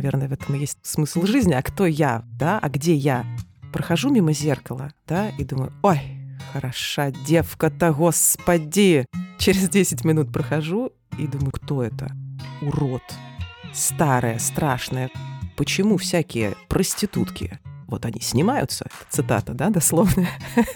наверное, в этом и есть смысл жизни. А кто я, да, а где я? Прохожу мимо зеркала, да, и думаю, ой, хороша девка-то, господи! Через 10 минут прохожу и думаю, кто это? Урод. Старая, страшная. Почему всякие проститутки, вот они снимаются, цитата, да, дословная,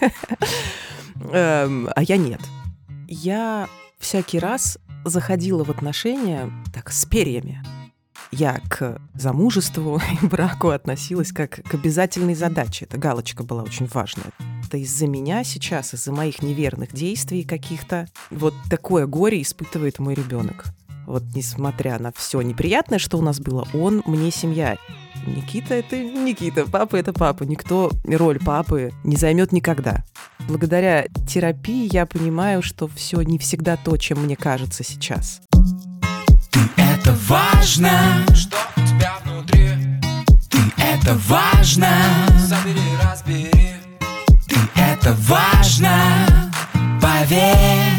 а я нет. Я всякий раз заходила в отношения так с перьями. Я к замужеству и браку относилась как к обязательной задаче. Эта галочка была очень важная. Это из-за меня сейчас, из-за моих неверных действий каких-то, вот такое горе испытывает мой ребенок. Вот несмотря на все неприятное, что у нас было, он мне семья. Никита — это Никита, папа — это папа. Никто роль папы не займет никогда. Благодаря терапии я понимаю, что все не всегда то, чем мне кажется сейчас. Ты — это важно, что у тебя внутри. Ты — это важно, забери, разбери. Ты — это важно, поверь.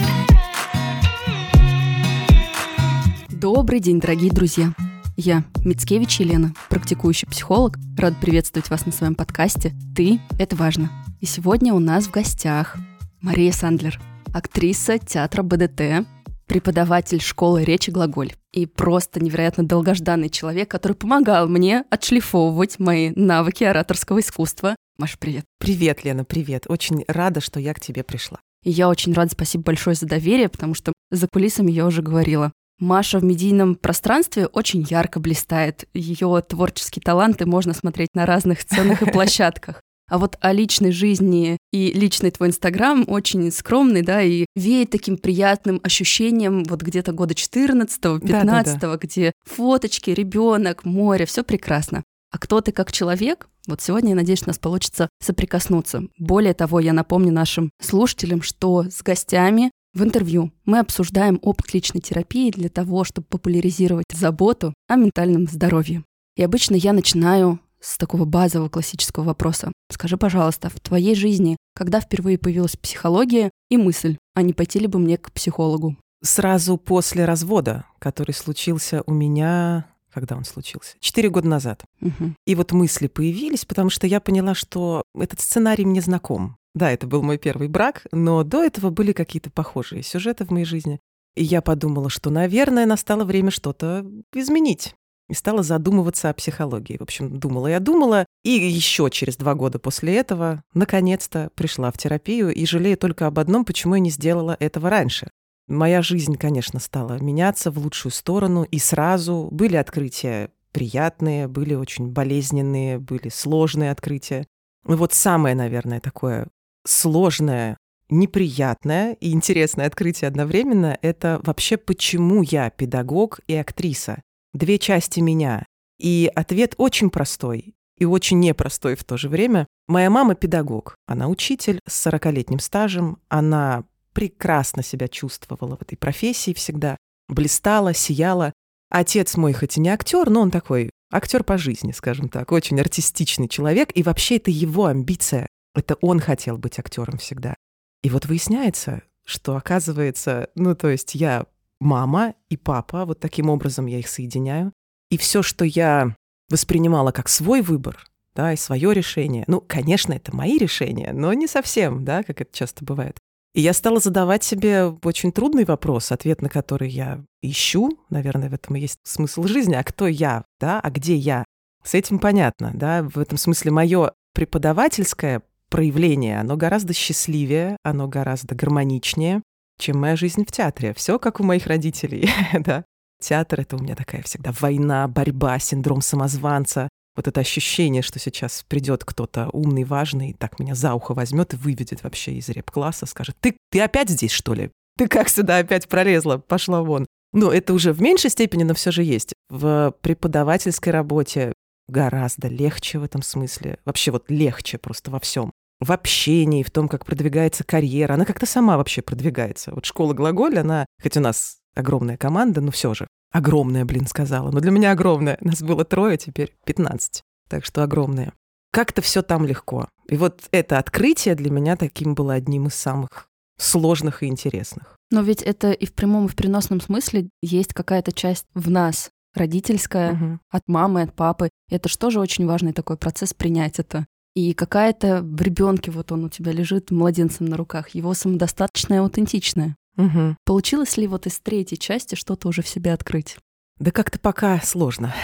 Добрый день, дорогие друзья! Я, Мицкевич Елена, практикующий психолог, рад приветствовать вас на своем подкасте «Ты – это важно». И сегодня у нас в гостях Мария Сандлер, актриса театра БДТ, преподаватель школы речи «Глаголь» и просто невероятно долгожданный человек, который помогал мне отшлифовывать мои навыки ораторского искусства. Маша, привет! Привет, Лена, привет! Очень рада, что я к тебе пришла. И я очень рада, спасибо большое за доверие, потому что за кулисами я уже говорила. Маша в медийном пространстве очень ярко блистает. Ее творческие таланты можно смотреть на разных сценах и площадках. А вот о личной жизни и личный твой Инстаграм очень скромный, да, и веет таким приятным ощущением вот где-то года 14-го, 15-го, где фоточки, ребенок, море, все прекрасно. А кто ты как человек? Вот сегодня, я надеюсь, у нас получится соприкоснуться. Более того, я напомню нашим слушателям, что с гостями в интервью мы обсуждаем опыт личной терапии для того, чтобы популяризировать заботу о ментальном здоровье. И обычно я начинаю с такого базового классического вопроса. Скажи, пожалуйста, в твоей жизни когда впервые появилась психология и мысль, а не пойти ли бы мне к психологу? Сразу после развода, который случился у меня... Когда он случился? 4 года назад. Угу. И вот мысли появились, потому что я поняла, что этот сценарий мне знаком. Да, это был мой первый брак, но до этого были какие-то похожие сюжеты в моей жизни. И я подумала, что, наверное, настало время что-то изменить. И стала задумываться о психологии. В общем, думала. И еще через 2 года после этого, наконец-то, пришла в терапию. И жалею только об одном, почему я не сделала этого раньше. Моя жизнь, конечно, стала меняться в лучшую сторону. И сразу были открытия приятные, были очень болезненные, были сложные открытия. И вот самое, наверное, такое сложное, неприятное и интересное открытие одновременно — это вообще почему я педагог и актриса. 2 части меня. И ответ очень простой и очень непростой в то же время. Моя мама педагог. Она учитель с 40-летним стажем. Она прекрасно себя чувствовала в этой профессии всегда. Блистала, сияла. Отец мой хоть и не актер, но он такой актер по жизни, скажем так. Очень артистичный человек. И вообще это его амбиция. Это он хотел быть актером всегда. И вот выясняется, что оказывается, то есть я мама и папа, вот таким образом я их соединяю. И все, что я воспринимала как свой выбор, да, и свое решение, конечно, это мои решения, но не совсем, да, как это часто бывает. И я стала задавать себе очень трудный вопрос, ответ на который я ищу, наверное, в этом и есть смысл жизни, а кто я, да, а где я? С этим понятно, да, в этом смысле мое преподавательское проявление, оно гораздо счастливее, оно гораздо гармоничнее, чем моя жизнь в театре. Все как у моих родителей, да. Театр — это у меня такая всегда война, борьба, синдром самозванца. Вот это ощущение, что сейчас придет кто-то умный, важный, так меня за ухо возьмет и выведет вообще из реп-класса, скажет: ты опять здесь, что ли? Ты как сюда опять пролезла, пошла вон? Это уже в меньшей степени, но все же есть. В преподавательской работе гораздо легче в этом смысле. Вообще вот легче просто во всем. В общении, в том, как продвигается карьера. Она как-то сама вообще продвигается. Вот школа «Глаголь», она, хоть у нас огромная команда, но все же. Огромная, сказала. Но для меня огромная. Нас было 3, теперь 15. Так что огромная. Как-то все там легко. И вот это открытие для меня таким было одним из самых сложных и интересных. Но ведь это и в прямом, и в переносном смысле есть какая-то часть в нас, родительское, от мамы, от папы. Это же тоже очень важный такой процесс принять это. И какая-то в ребенке, вот он у тебя лежит младенцем на руках, его самодостаточное, аутентичное. Получилось ли вот из третьей части что-то уже в себе открыть? Да как-то пока сложно.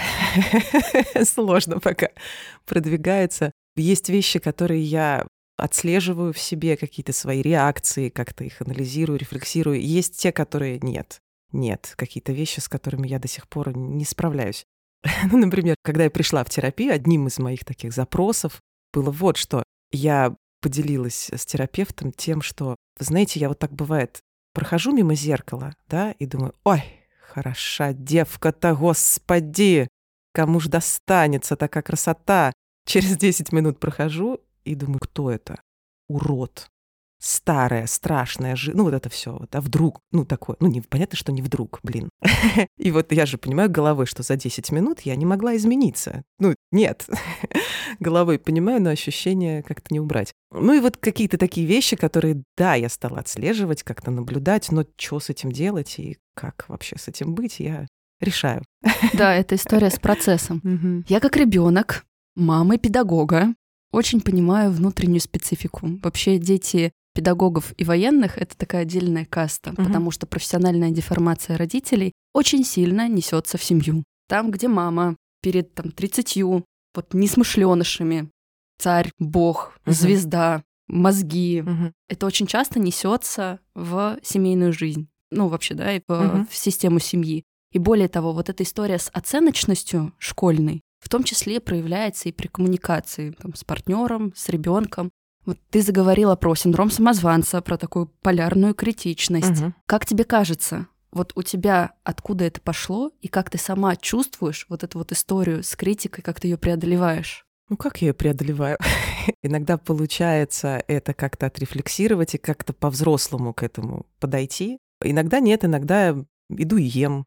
Сложно пока продвигается. Есть вещи, которые я отслеживаю в себе, какие-то свои реакции, как-то их анализирую, рефлексирую. Есть те, которые нет. Нет, какие-то вещи, с которыми я до сих пор не справляюсь. Ну, например, когда я пришла в терапию, одним из моих таких запросов было вот что. Я поделилась с терапевтом тем, что, вы знаете, я вот так бывает, прохожу мимо зеркала, да, и думаю, ой, хороша девка-то, господи, кому ж достанется такая красота. Через 10 минут прохожу и думаю, кто это? Урод. Старая, страшная жизнь. Ну, вот это все. Вот, а вдруг? Ну, такое. Ну, понятно, что не вдруг, блин. И вот я же понимаю головой, что за 10 минут я не могла измениться. Ну, нет. Головой понимаю, но ощущения как-то не убрать. Ну, и вот какие-то такие вещи, которые, да, я стала отслеживать, как-то наблюдать, но что с этим делать и как вообще с этим быть, я решаю. Да, это история с процессом. Я как ребенок, мамы педагога, очень понимаю внутреннюю специфику. Вообще дети педагогов и военных — это такая отдельная каста, потому что профессиональная деформация родителей очень сильно несется в семью. Там, где мама перед 30 вот несмышленышами, царь, бог, звезда, мозги, это очень часто несется в семейную жизнь. Ну, вообще, да, и в систему семьи. И более того, вот эта история с оценочностью школьной в том числе проявляется и при коммуникации с партнером, с ребенком. Вот ты заговорила про синдром самозванца, про такую полярную критичность. Как тебе кажется, вот у тебя откуда это пошло, и как ты сама чувствуешь вот эту вот историю с критикой, как ты ее преодолеваешь? Ну, как я ее преодолеваю? Иногда получается это как-то отрефлексировать и как-то по-взрослому к этому подойти. Иногда нет, иногда иду и ем.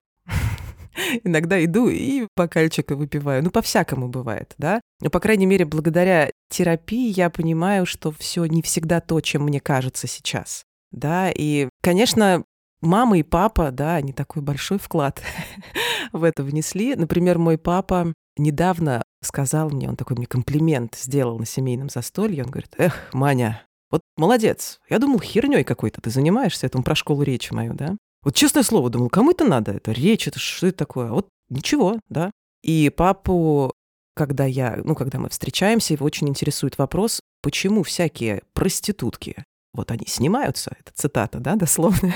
Иногда иду и бокальчик выпиваю. Ну, по-всякому бывает, да? Но, по крайней мере, благодаря терапии я понимаю, что все не всегда то, чем мне кажется сейчас, да? И, конечно, мама и папа, да, они такой большой вклад в это внесли. Например, мой папа недавно сказал мне, он такой мне комплимент сделал на семейном застолье, он говорит, эх, Маня, вот молодец, я думал, хернёй какой-то ты занимаешься, это он про школу речи мою, да? Вот честное слово, думал, кому это надо? Это речь, это что это такое? Вот ничего, да. И папу, когда мы встречаемся, его очень интересует вопрос, почему всякие проститутки, вот они снимаются, это цитата, да, дословно,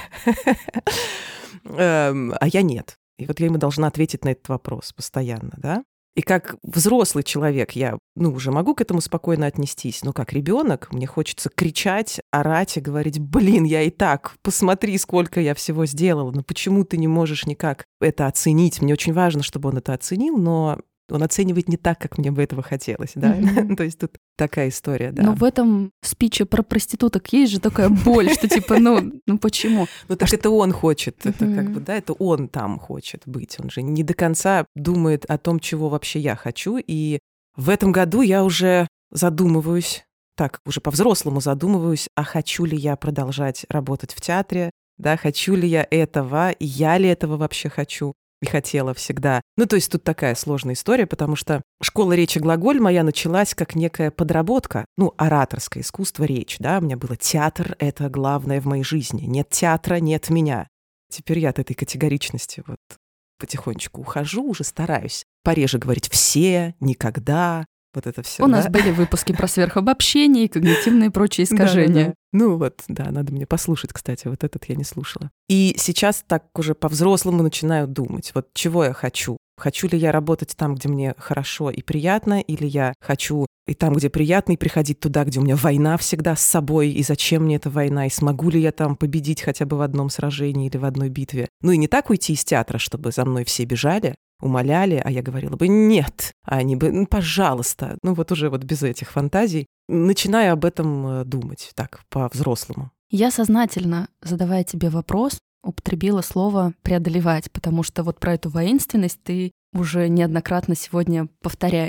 а я нет. И вот я ему должна ответить на этот вопрос постоянно, да. И как взрослый человек я, уже могу к этому спокойно отнестись, но как ребенок мне хочется кричать, орать и говорить, блин, я и так, посмотри, сколько я всего сделала, но почему ты не можешь никак это оценить? Мне очень важно, чтобы он это оценил, но он оценивает не так, как мне бы этого хотелось, да? То есть тут такая история, да. Но в этом спиче про проституток есть же такая боль, что типа, ну почему? Ну так это он хочет, это как бы, да, это он там хочет быть. Он же не до конца думает о том, чего вообще я хочу. И в этом году я уже задумываюсь, так, уже по-взрослому задумываюсь, а хочу ли я продолжать работать в театре, да, хочу ли я этого, и я ли этого вообще хочу. И хотела всегда. Ну, то есть тут такая сложная история, потому что школа речи «Глаголь» моя началась как некая подработка, ораторское искусство, речь, да, у меня было театр — это главное в моей жизни, нет театра — нет меня. Теперь я от этой категоричности вот потихонечку ухожу, уже стараюсь пореже говорить «все», «никогда», вот это все. У нас были выпуски про сверхобобщение и когнитивные и прочие искажения. Да. Ну вот, да, надо мне послушать, кстати, вот этот я не слушала. И сейчас так уже по-взрослому начинаю думать, вот чего я хочу. Хочу ли я работать там, где мне хорошо и приятно, или я хочу и там, где приятно, и приходить туда, где у меня война всегда с собой, и зачем мне эта война, и смогу ли я там победить хотя бы в одном сражении или в одной битве. Ну и не так уйти из театра, чтобы за мной все бежали, умоляли, а я говорила бы «нет», а они бы «пожалуйста». Ну вот уже вот без этих фантазий начинаю об этом думать так, по-взрослому. Я сознательно, задавая тебе вопрос, употребила слово «преодолевать», потому что вот про эту воинственность ты уже неоднократно сегодня повторяешь.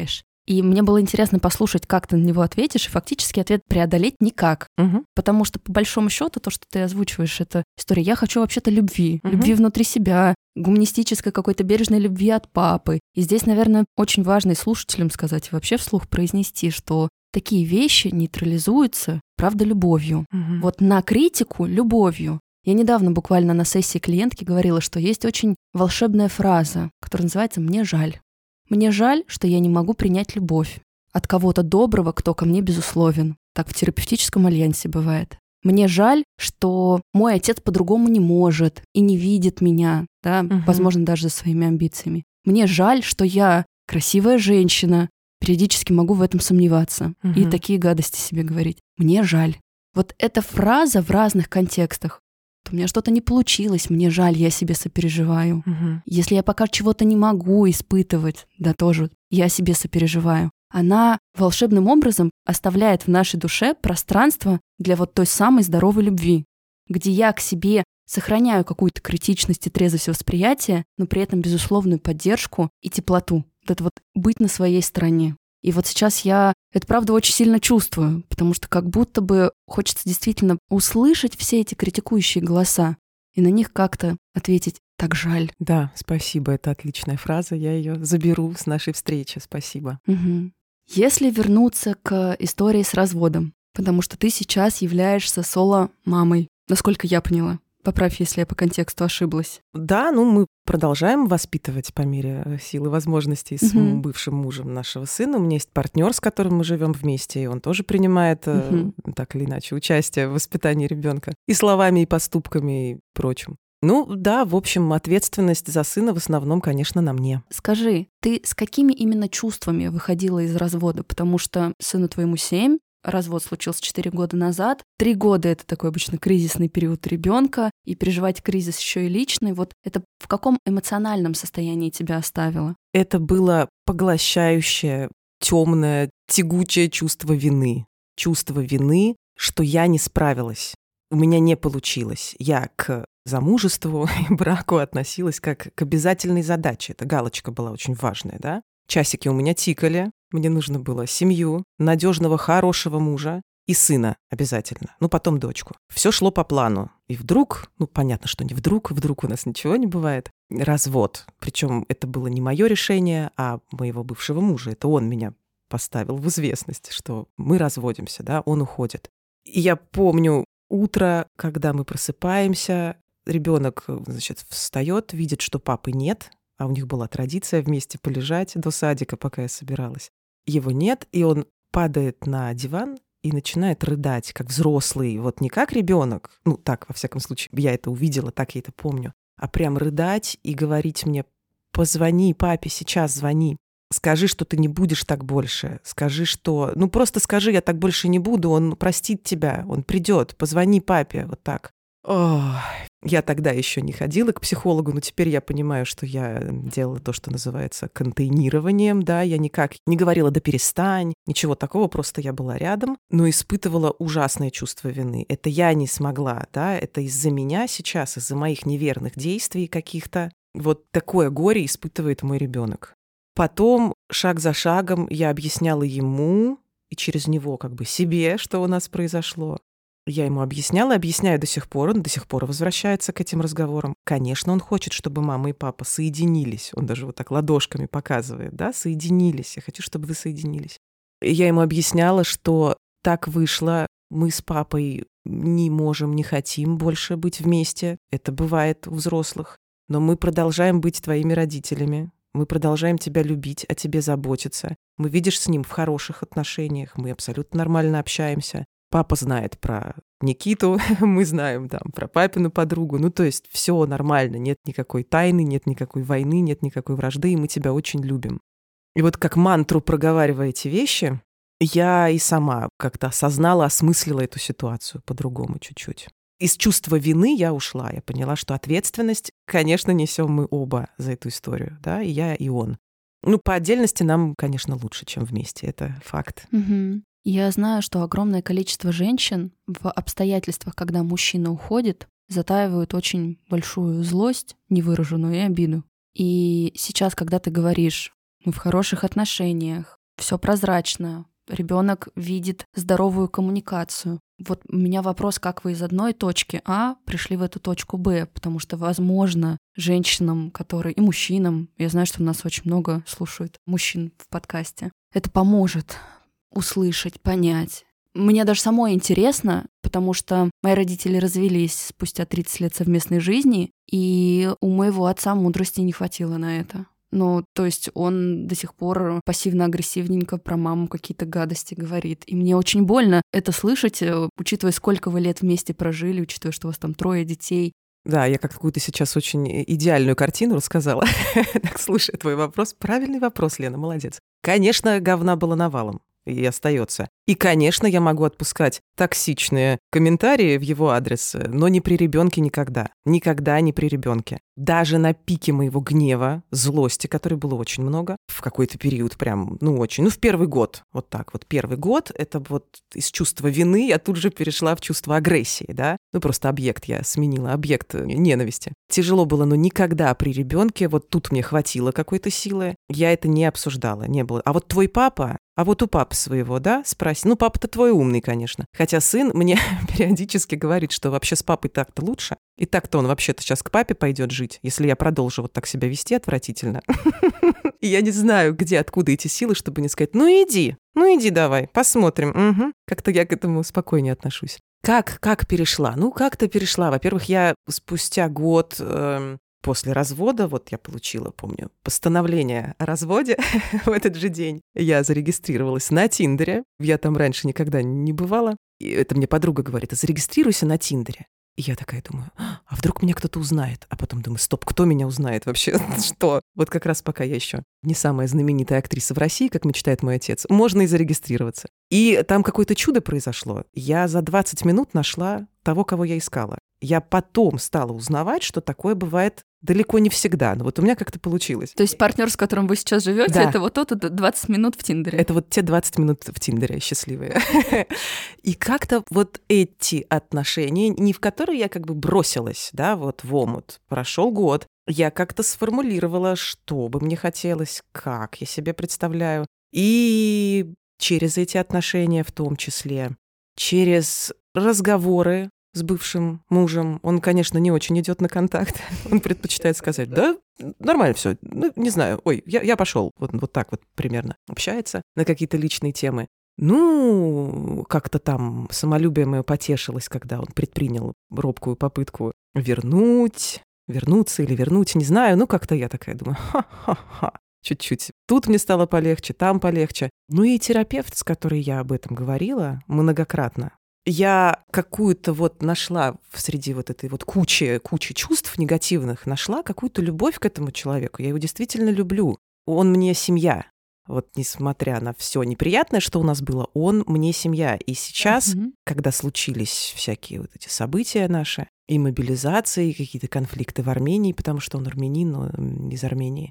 И мне было интересно послушать, как ты на него ответишь, и фактически ответ преодолеть никак. Потому что, по большому счету, то, что ты озвучиваешь, это история «я хочу вообще-то любви», любви внутри себя, гуманистической какой-то бережной любви от папы. И здесь, наверное, очень важно и слушателям сказать, и вообще вслух произнести, что такие вещи нейтрализуются, правда, любовью. Вот на критику — любовью. Я недавно буквально на сессии клиентки говорила, что есть очень волшебная фраза, которая называется «мне жаль». Мне жаль, что я не могу принять любовь от кого-то доброго, кто ко мне безусловен. Так в терапевтическом альянсе бывает. Мне жаль, что мой отец по-другому не может и не видит меня, да, возможно, даже за своими амбициями. Мне жаль, что я красивая женщина, периодически могу в этом сомневаться и такие гадости себе говорить. Мне жаль. Вот эта фраза в разных контекстах. У меня что-то не получилось, мне жаль, я себе сопереживаю. Если я пока чего-то не могу испытывать, да тоже, я себе сопереживаю. Она волшебным образом оставляет в нашей душе пространство для вот той самой здоровой любви, где я к себе сохраняю какую-то критичность и трезвость восприятия, но при этом безусловную поддержку и теплоту. Вот это вот быть на своей стороне. И вот сейчас я это, правда, очень сильно чувствую, потому что как будто бы хочется действительно услышать все эти критикующие голоса и на них как-то ответить «так жаль». Да, спасибо, это отличная фраза, я ее заберу с нашей встречи, спасибо. Если вернуться к истории с разводом, потому что ты сейчас являешься соло-мамой, насколько я поняла. Поправь, если я по контексту ошиблась. Да, мы продолжаем воспитывать по мере сил и возможностей с бывшим мужем нашего сына. У меня есть партнер, с которым мы живем вместе, и он тоже принимает так или иначе участие в воспитании ребенка и словами, и поступками, и прочим. Да, в общем, ответственность за сына в основном, конечно, на мне. Скажи, ты с какими именно чувствами выходила из развода? Потому что сыну твоему 7, развод случился 4 года назад. 3 года — это такой обычно кризисный период ребенка, и переживать кризис еще и личный. Вот это в каком эмоциональном состоянии тебя оставило? Это было поглощающее, темное, тягучее чувство вины. Чувство вины, что я не справилась. У меня не получилось. Я к замужеству и браку относилась как к обязательной задаче. Эта галочка была очень важная, да? Часики у меня тикали. Мне нужно было семью, надежного, хорошего мужа и сына обязательно. Потом дочку. Все шло по плану. И вдруг, понятно, что не вдруг у нас ничего не бывает. Развод. Причем это было не мое решение, а моего бывшего мужа. Это он меня поставил в известность, что мы разводимся, да, он уходит. И я помню утро, когда мы просыпаемся, ребенок, встает, видит, что папы нет, а у них была традиция вместе полежать до садика, пока я собиралась. Его нет, и он падает на диван и начинает рыдать, как взрослый, вот не как ребенок, так, во всяком случае, я это увидела, так я это помню, а прям рыдать и говорить мне: позвони папе, сейчас звони, скажи, что ты не будешь так больше, скажи, что... просто скажи, я так больше не буду, он простит тебя, он придет, позвони папе, вот так. Я тогда еще не ходила к психологу, но теперь я понимаю, что я делала то, что называется контейнированием, да, я никак не говорила «да перестань», ничего такого, просто я была рядом, но испытывала ужасное чувство вины. Это я не смогла, да, это из-за меня сейчас, из-за моих неверных действий каких-то. Вот такое горе испытывает мой ребенок. Потом, шаг за шагом, я объясняла ему и через него себе, что у нас произошло. Я ему объясняла, объясняю до сих пор, он до сих пор возвращается к этим разговорам. Конечно, он хочет, чтобы мама и папа соединились. Он даже вот так ладошками показывает, да, соединились. Я хочу, чтобы вы соединились. И я ему объясняла, что так вышло, мы с папой не можем, не хотим больше быть вместе. Это бывает у взрослых. Но мы продолжаем быть твоими родителями. Мы продолжаем тебя любить, о тебе заботиться. Мы, видишь, с ним в хороших отношениях. Мы абсолютно нормально общаемся. Папа знает про Никиту, мы знаем про папину подругу. То есть все нормально, нет никакой тайны, нет никакой войны, нет никакой вражды, и мы тебя очень любим. И вот как мантру, проговаривая эти вещи, я и сама как-то осознала, осмыслила эту ситуацию по-другому чуть-чуть. Из чувства вины я ушла. Я поняла, что ответственность, конечно, несем мы оба за эту историю, да, и я, и он. По отдельности нам, конечно, лучше, чем вместе, это факт. Я знаю, что огромное количество женщин в обстоятельствах, когда мужчина уходит, затаивают очень большую злость, невыраженную, и обиду. И сейчас, когда ты говоришь, мы в хороших отношениях, все прозрачно, ребенок видит здоровую коммуникацию. Вот у меня вопрос, как вы из одной точки А пришли в эту точку Б, потому что, возможно, женщинам, которые и мужчинам, я знаю, что у нас очень много слушают мужчин в подкасте, это поможет услышать, понять. Мне даже самой интересно, потому что мои родители развелись спустя 30 лет совместной жизни, и у моего отца мудрости не хватило на это. Ну, то есть он до сих пор пассивно-агрессивненько про маму какие-то гадости говорит. И мне очень больно это слышать, учитывая, сколько вы лет вместе прожили, учитывая, что у вас там 3 детей. Да, я какую-то сейчас очень идеальную картину рассказала. Так, слушай, твой вопрос. Правильный вопрос, Лена, молодец. Конечно, говна было навалом. И остается. И, конечно, я могу отпускать токсичные комментарии в его адрес, но не при ребенке никогда. Никогда не при ребенке. Даже на пике моего гнева, злости, которой было очень много, в какой-то период прям, очень, в первый год, вот так вот. Первый год, это вот из чувства вины я тут же перешла в чувство агрессии, да. Просто объект я сменила, объект ненависти. Тяжело было, но никогда при ребенке, вот тут мне хватило какой-то силы, я это не обсуждала, не было. А вот твой папа, а вот у папы своего, да, спроси. Папа-то твой умный, конечно. Хотя сын мне периодически говорит, что вообще с папой так-то лучше. И так-то он вообще-то сейчас к папе пойдет жить, если я продолжу вот так себя вести отвратительно. И я не знаю, откуда эти силы, чтобы не сказать, иди давай, посмотрим. Угу. Как-то я к этому спокойнее отношусь. Как перешла? Как-то перешла. Во-первых, я спустя год... После развода, вот я получила, помню, постановление о разводе в этот же день. Я зарегистрировалась на Тиндере. Я там раньше никогда не бывала. И это мне подруга говорит, зарегистрируйся на Тиндере. И я такая думаю, а вдруг меня кто-то узнает? А потом думаю, стоп, кто меня узнает вообще? Что? Вот как раз пока я еще не самая знаменитая актриса в России, как мечтает мой отец, можно и зарегистрироваться. И там какое-то чудо произошло. Я за 20 минут нашла того, кого я искала. Я потом стала узнавать, что такое бывает далеко не всегда, но вот у меня как-то получилось. То есть партнер, с которым вы сейчас живете, да. Это вот тот 20 минут в Тиндере. Это вот те 20 минут в Тиндере счастливые. И как-то вот эти отношения, не в которые я как бы бросилась, да, вот в омут, прошел год, я как-то сформулировала, что бы мне хотелось, как я себе представляю. И через эти отношения в том числе, через разговоры с бывшим мужем. Он, конечно, не очень идет на контакт. Он предпочитает сказать, да, нормально все, не знаю, я пошел. Вот так вот примерно общается на какие-то личные темы. Как-то там самолюбие мое потешилось, когда он предпринял робкую попытку вернуться или вернуть, не знаю. Как-то я такая думаю, ха-ха-ха. Чуть-чуть. Тут мне стало полегче, там полегче. И терапевт, с которой я об этом говорила многократно, я какую-то вот нашла среди вот этой вот кучи чувств негативных, нашла какую-то любовь к этому человеку. Я его действительно люблю. Он мне семья. Вот несмотря на все неприятное, что у нас было, он мне семья. И сейчас, когда случились всякие вот эти события наши, и мобилизации, и какие-то конфликты в Армении, потому что он армянин, но из Армении,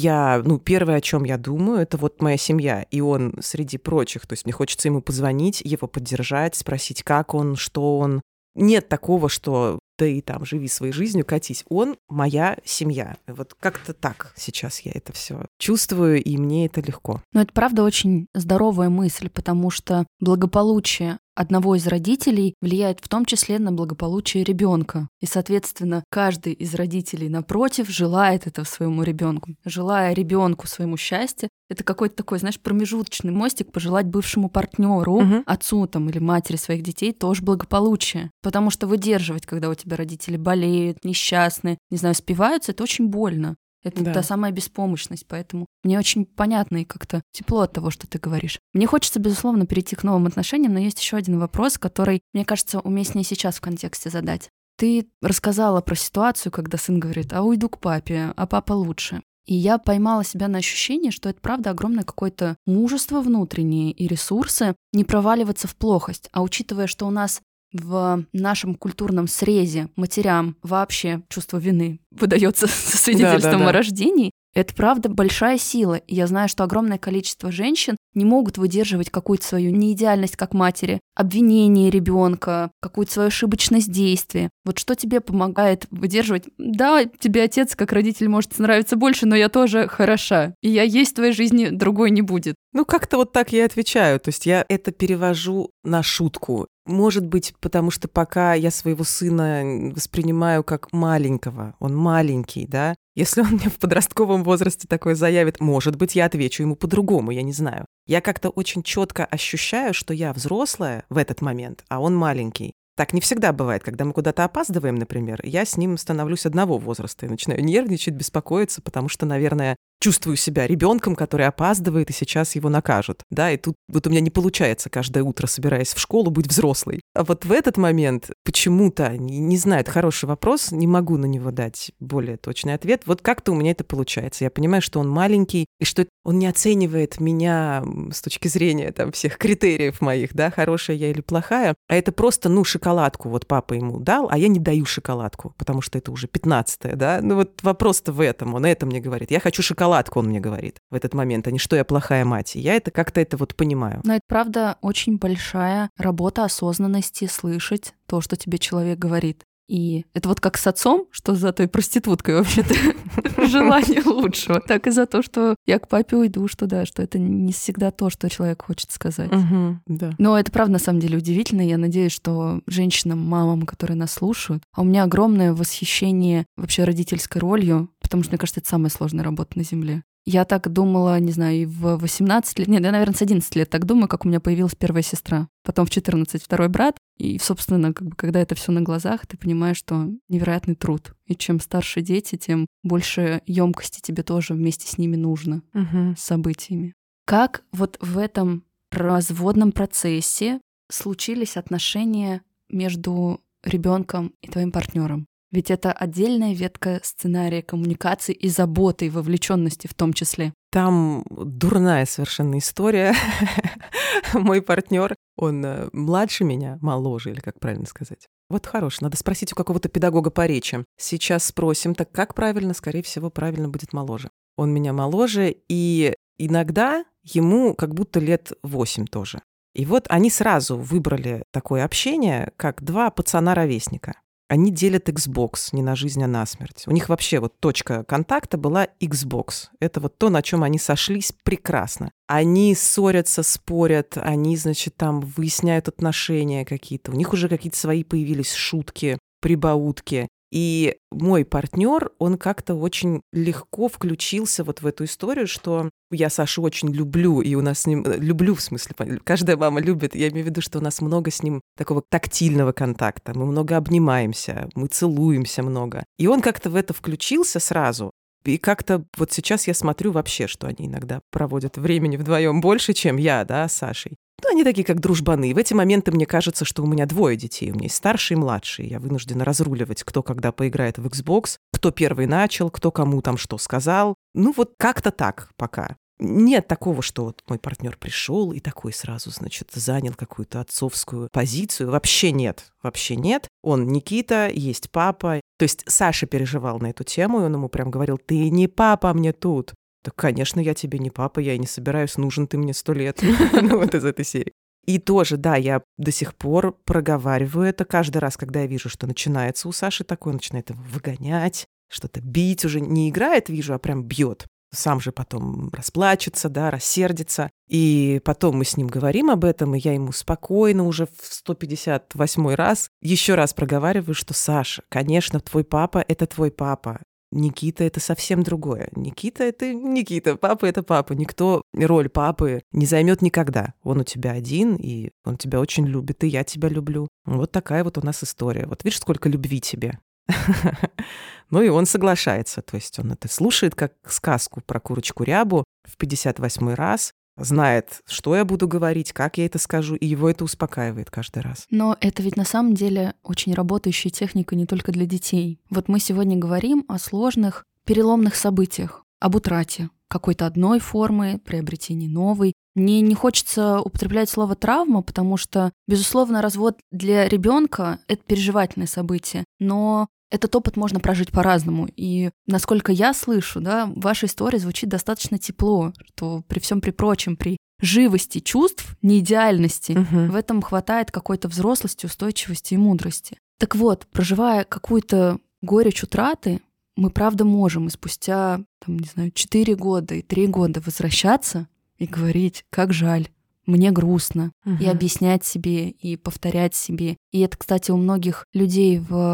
первое, о чем я думаю, это вот моя семья, и он среди прочих, то есть мне хочется ему позвонить, его поддержать, спросить, как он, что он. Нет такого, что да и там живи своей жизнью, катись. Он моя семья. Вот как-то так сейчас я это все чувствую, и мне это легко. Но это правда очень здоровая мысль, потому что благополучие одного из родителей влияет в том числе на благополучие ребенка. И, соответственно, каждый из родителей, напротив, желает этого своему ребенку. Желая ребенку своему счастья, это какой-то такой, промежуточный мостик пожелать бывшему партнеру, отцу или матери своих детей тоже благополучия. Потому что выдерживать, когда у тебя родители болеют, несчастны, спиваются, это очень больно. Это та самая беспомощность, поэтому мне очень понятно и как-то тепло от того, что ты говоришь. Мне хочется, безусловно, перейти к новым отношениям, но есть еще один вопрос, который, мне кажется, уместнее сейчас в контексте задать. Ты рассказала про ситуацию, когда сын говорит, уйду к папе, а папа лучше. И я поймала себя на ощущении, что это, правда, огромное какое-то мужество внутреннее и ресурсы не проваливаться в плохость. А учитывая, что у нас в нашем культурном срезе матерям вообще чувство вины выдается со свидетельством о рождении, это, правда, большая сила. И я знаю, что огромное количество женщин не могут выдерживать какую-то свою неидеальность как матери, обвинение ребенка, какую-то свою ошибочность действия. Вот что тебе помогает выдерживать? Да, тебе отец как родитель может нравиться больше, но я тоже хороша. И я есть в твоей жизни, другой не будет. Ну, как-то вот так я и отвечаю. То есть я это перевожу на шутку. Может быть, потому что пока я своего сына воспринимаю как маленького, он маленький, да. Если он мне в подростковом возрасте такое заявит, может быть, я отвечу ему по-другому, я не знаю. Я как-то очень четко ощущаю, что я взрослая в этот момент, а он маленький. Так не всегда бывает, когда мы куда-то опаздываем, например, я с ним становлюсь одного возраста и начинаю нервничать, беспокоиться, потому что, наверное, чувствую себя ребенком, который опаздывает, и сейчас его накажут. Да, и тут вот у меня не получается каждое утро, собираясь в школу, быть взрослой. А вот в этот момент почему-то, не знаю, это хороший вопрос, не могу на него дать более точный ответ. Вот как-то у меня это получается. Я понимаю, что он маленький, и что он не оценивает меня с точки зрения там всех критериев моих, да, хорошая я или плохая, а это просто, ну, шоколадку вот папа ему дал, а я не даю шоколадку, потому что это уже 15-е, да. Ну вот вопрос-то в этом, он это мне говорит. Я хочу шоколадку, он мне говорит в этот момент, а не что я плохая мать. И я это как-то это вот понимаю. Но это, правда, очень большая работа осознанности слышать то, что тебе человек говорит. И это вот как с отцом, что за той проституткой вообще-то желание лучшего, так и за то, что я к папе уйду, что да, что это не всегда то, что человек хочет сказать. Да. Но это правда на самом деле удивительно. Я надеюсь, что женщинам, мамам, которые нас слушают, а у меня огромное восхищение вообще родительской ролью, потому что, мне кажется, это самая сложная работа на Земле. Я так думала, не знаю, и в 18 лет, нет, я, наверное, с 11 лет так думаю, как у меня появилась первая сестра. Потом в 14 второй брат. И, собственно, как бы, когда это все на глазах, ты понимаешь, что невероятный труд. И чем старше дети, тем больше емкости тебе тоже вместе с ними нужно, с событиями. Как вот в этом разводном процессе случились отношения между ребенком и твоим партнером? Ведь это отдельная ветка сценария коммуникации и заботы, и вовлеченности в том числе. Там дурная совершенно история. Мой партнер, он младше меня, моложе, или как правильно сказать. Вот хорош, надо спросить у какого-то педагога по речи. Сейчас спросим, так как правильно? Скорее всего, правильно будет моложе. Он меня моложе, и иногда ему как будто лет 8 тоже. И вот они сразу выбрали такое общение, как два пацана-ровесника. Они делят Xbox не на жизнь, а на смерть. У них вообще вот точка контакта была Xbox. Это вот то, на чем они сошлись прекрасно. Они ссорятся, спорят, они, значит, там выясняют отношения какие-то. У них уже какие-то свои появились шутки, прибаутки. И мой партнер, он как-то очень легко включился вот в эту историю, что я Сашу очень люблю, и у нас с ним... Люблю, в смысле, каждая мама любит. Я имею в виду, что у нас много с ним такого тактильного контакта. Мы много обнимаемся, мы целуемся много. И он как-то в это включился сразу. И как-то вот сейчас я смотрю вообще, что они иногда проводят времени вдвоем больше, чем я, да, с Сашей. Ну, они такие, как дружбаны. И в эти моменты мне кажется, что у меня двое детей. У меня есть старший и младший. Я вынуждена разруливать, кто когда поиграет в Xbox, кто первый начал, кто кому там что сказал. Ну, вот как-то так пока. Нет такого, что вот мой партнер пришел и такой сразу, значит, занял какую-то отцовскую позицию. Вообще нет. Вообще нет. Он Никита, есть папа. То есть Саша переживал на эту тему, и он ему прям говорил: «Ты не папа мне тут». Так, конечно, я тебе не папа, я и не собираюсь, нужен ты мне 100 лет. Ну, вот из этой серии. И тоже, да, я до сих пор проговариваю это каждый раз, когда я вижу, что начинается у Саши такое, он начинает его выгонять, что-то бить, уже не играет, вижу, а прям бьет. Сам же потом расплачется, да, рассердится. И потом мы с ним говорим об этом, и я ему спокойно уже в 158-й раз еще раз проговариваю, что, Саша, конечно, твой папа — это твой папа. Никита — это совсем другое. Никита — это Никита, папа — это папа. Никто роль папы не займет никогда. Он у тебя один, и он тебя очень любит, и я тебя люблю. Вот такая вот у нас история. Вот видишь, сколько любви тебе. Ну и он соглашается. То есть он это слушает как сказку про курочку Рябу в 58-й раз, знает, что я буду говорить, как я это скажу, и его это успокаивает каждый раз. Но это ведь на самом деле очень работающая техника не только для детей. Вот мы сегодня говорим о сложных переломных событиях, об утрате какой-то одной формы, приобретении новой. Мне не хочется употреблять слово «травма», потому что, безусловно, развод для ребенка — это переживательное событие, но этот опыт можно прожить по-разному. И насколько я слышу, да, ваша история звучит достаточно тепло, что при всем при прочем, при живости чувств, неидеальности, в этом хватает какой-то взрослости, устойчивости и мудрости. Так вот, проживая какую-то горечь утраты, мы правда можем и спустя, там, не знаю, 4 года и 3 года возвращаться и говорить, как жаль, мне грустно, и Мгм. объяснять себе, и повторять себе. И это, кстати, у многих людей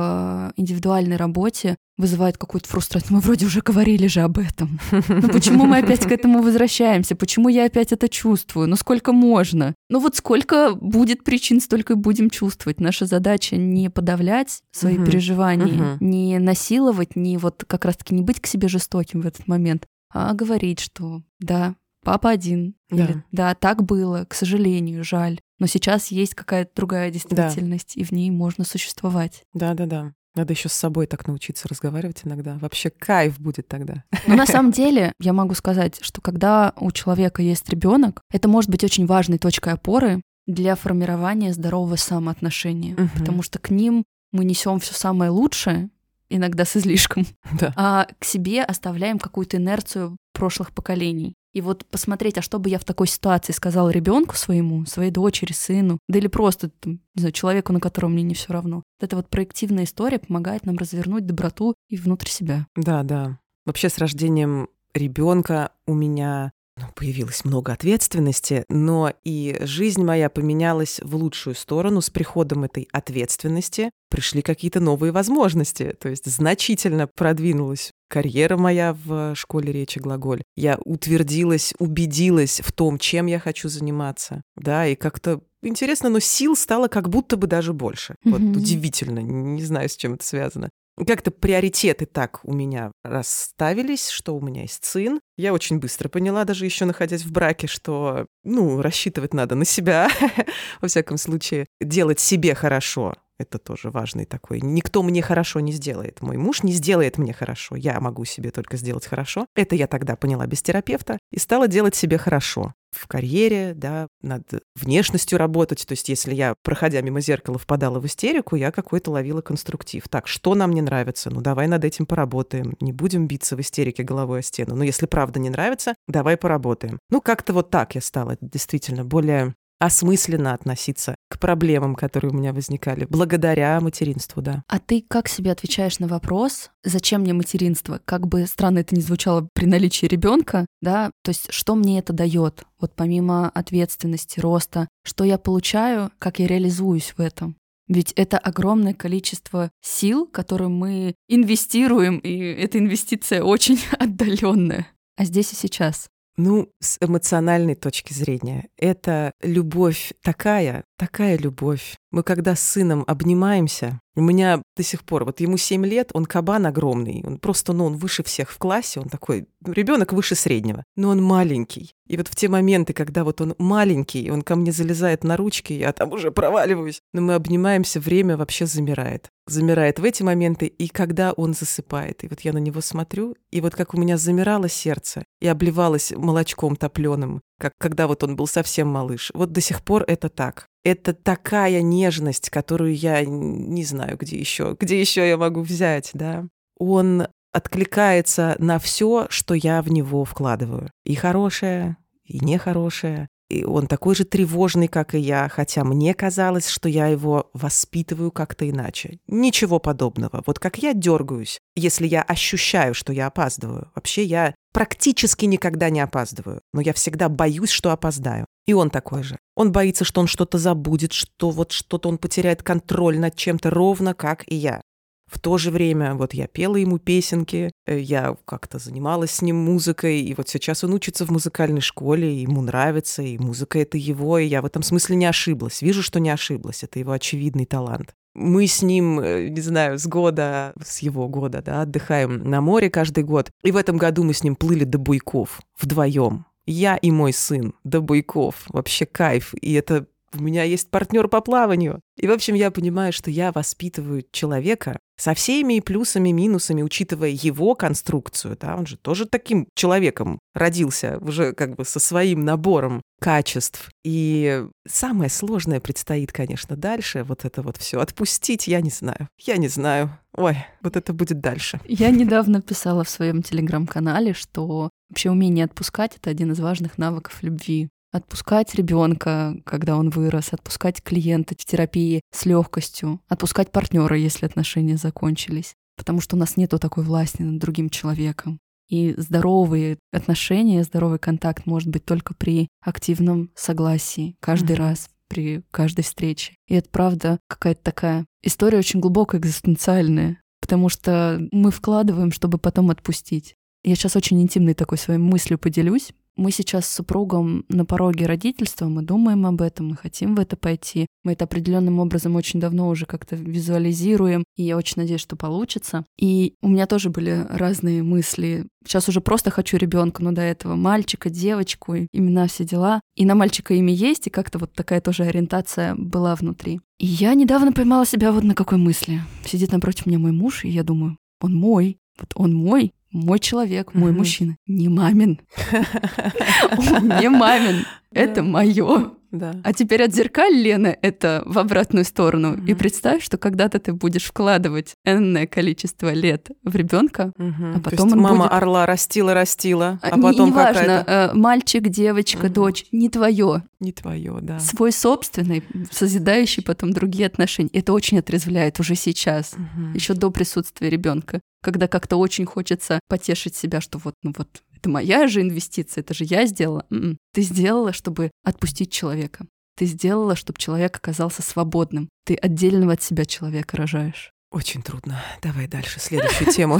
в индивидуальной работе вызывает какую-то фрустрацию. Мы вроде уже говорили же об этом. Ну почему мы опять к этому возвращаемся? Почему я опять это чувствую? Ну сколько можно? Ну вот сколько будет причин, столько и будем чувствовать. Наша задача не подавлять свои Мгм. переживания, Мгм. не насиловать, не вот как раз-таки не быть к себе жестоким в этот момент, а говорить, что да, папа один. Да. Или да, так было, к сожалению, жаль. Но сейчас есть какая-то другая действительность, и в ней можно существовать. Да-да-да. Надо еще с собой так научиться разговаривать иногда. Вообще кайф будет тогда. Но на самом деле я могу сказать, что когда у человека есть ребенок, это может быть очень важной точкой опоры для формирования здорового самоотношения, Мгм. потому что к ним мы несем все самое лучшее, иногда с излишком, Да. а к себе оставляем какую-то инерцию прошлых поколений. И вот посмотреть, а что бы я в такой ситуации сказала ребенку своему, своей дочери, сыну, да или просто там, не знаю, человеку, на которого мне не все равно. Вот эта вот проективная история помогает нам развернуть доброту и внутрь себя. Да. Вообще с рождением ребенка у меня появилось много ответственности, но и жизнь моя поменялась в лучшую сторону. С приходом этой ответственности пришли какие-то новые возможности. То есть значительно продвинулась карьера моя в школе речи «Глаголь». Я утвердилась, убедилась в том, чем я хочу заниматься. Да, и как-то интересно, но сил стало как будто бы даже больше. Вот Мгм. удивительно, не знаю, с чем это связано. Как-то приоритеты так у меня расставились, что у меня есть сын. Я очень быстро поняла, даже еще находясь в браке, что, рассчитывать надо на себя, во всяком случае, делать себе хорошо. Это тоже важный такой. Никто мне хорошо не сделает. Мой муж не сделает мне хорошо. Я могу себе только сделать хорошо. Это я тогда поняла без терапевта и стала делать себе хорошо. В карьере, да, над внешностью работать. То есть если я, проходя мимо зеркала, впадала в истерику, я какой-то ловила конструктив. Так, что нам не нравится? Давай над этим поработаем. Не будем биться в истерике головой о стену. Но если правда не нравится, давай поработаем. Как-то вот так я стала действительно более осмысленно относиться к проблемам, которые у меня возникали, благодаря материнству, да. А ты как себе отвечаешь на вопрос, зачем мне материнство? Как бы странно это ни звучало при наличии ребенка, да, то есть что мне это дает? Вот помимо ответственности, роста, что я получаю, как я реализуюсь в этом? Ведь это огромное количество сил, которые мы инвестируем, и эта инвестиция очень отдаленная. А здесь и сейчас. С эмоциональной точки зрения, это любовь такая любовь. Мы когда с сыном обнимаемся, у меня до сих пор, вот ему 7 лет, он кабан огромный, он просто, он выше всех в классе, он такой, ребенок выше среднего, но он маленький. И вот в те моменты, когда вот он маленький, он ко мне залезает на ручки, я там уже проваливаюсь, но мы обнимаемся, время вообще замирает. Замирает в эти моменты, и когда он засыпает. И вот я на него смотрю, и вот как у меня замирало сердце и обливалось молочком топлёным, как когда вот он был совсем малыш. Вот до сих пор это так. Это такая нежность, которую я не знаю, где еще я могу взять, да. Он откликается на все, что я в него вкладываю. И хорошее, и нехорошее. И он такой же тревожный, как и я, хотя мне казалось, что я его воспитываю как-то иначе. Ничего подобного. Вот как я дергаюсь, если я ощущаю, что я опаздываю. Вообще я практически никогда не опаздываю, но я всегда боюсь, что опоздаю. И он такой же. Он боится, что он что-то забудет, что вот что-то он потеряет контроль над чем-то, ровно как и я. В то же время вот я пела ему песенки, я как-то занималась с ним музыкой, и вот сейчас он учится в музыкальной школе, и ему нравится, и музыка — это его, и я в этом смысле не ошиблась. Вижу, что не ошиблась, это его очевидный талант. Мы с ним, не знаю, с его года, да, отдыхаем на море каждый год, и в этом году мы с ним плыли до Буйков вдвоем. Я и мой сын до Буйков. Вообще кайф, и это... У меня есть партнер по плаванию. И, в общем, я понимаю, что я воспитываю человека со всеми и плюсами, минусами, учитывая его конструкцию. Да? Он же тоже таким человеком родился, уже как бы со своим набором качеств. И самое сложное предстоит, конечно, дальше. Вот это вот все отпустить, я не знаю. Ой, вот это будет дальше. Я недавно писала в своем телеграм-канале, что вообще умение отпускать — это один из важных навыков любви. Отпускать ребенка, когда он вырос, отпускать клиента в терапии с легкостью, отпускать партнера, если отношения закончились. Потому что у нас нету такой власти над другим человеком. И здоровые отношения, здоровый контакт может быть только при активном согласии каждый раз, при каждой встрече. И это правда какая-то такая история очень глубокая, экзистенциальная, потому что мы вкладываем, чтобы потом отпустить. Я сейчас очень интимной такой своей мыслью поделюсь. Мы сейчас с супругом на пороге родительства, мы думаем об этом, мы хотим в это пойти. Мы это определенным образом очень давно уже как-то визуализируем, и я очень надеюсь, что получится. И у меня тоже были разные мысли. Сейчас уже просто хочу ребенка, но до этого мальчика, девочку, имена, все дела. И на мальчика имя есть, и как-то вот такая тоже ориентация была внутри. И я недавно поймала себя вот на какой мысли. Сидит напротив меня мой муж, и я думаю, он мой, вот он мой человек, мой мужчина, не мамин. Он не мамин, это мое. А теперь отзеркаль, Лена, это в обратную сторону. И представь, что когда-то ты будешь вкладывать энное количество лет в ребенка, а потом он мама будет... орла растила, а потом неважно, мальчик, девочка, дочь, не твое. Не твое, да. Свой собственный, созидающий потом другие отношения. Это очень отрезвляет уже сейчас, еще до присутствия ребенка, когда как-то очень хочется потешить себя, что вот, это моя же инвестиция, это же я сделала. Ты сделала, чтобы отпустить человека. Ты сделала, чтобы человек оказался свободным. Ты отдельного от себя человека рожаешь. Очень трудно. Давай дальше, следующую тему.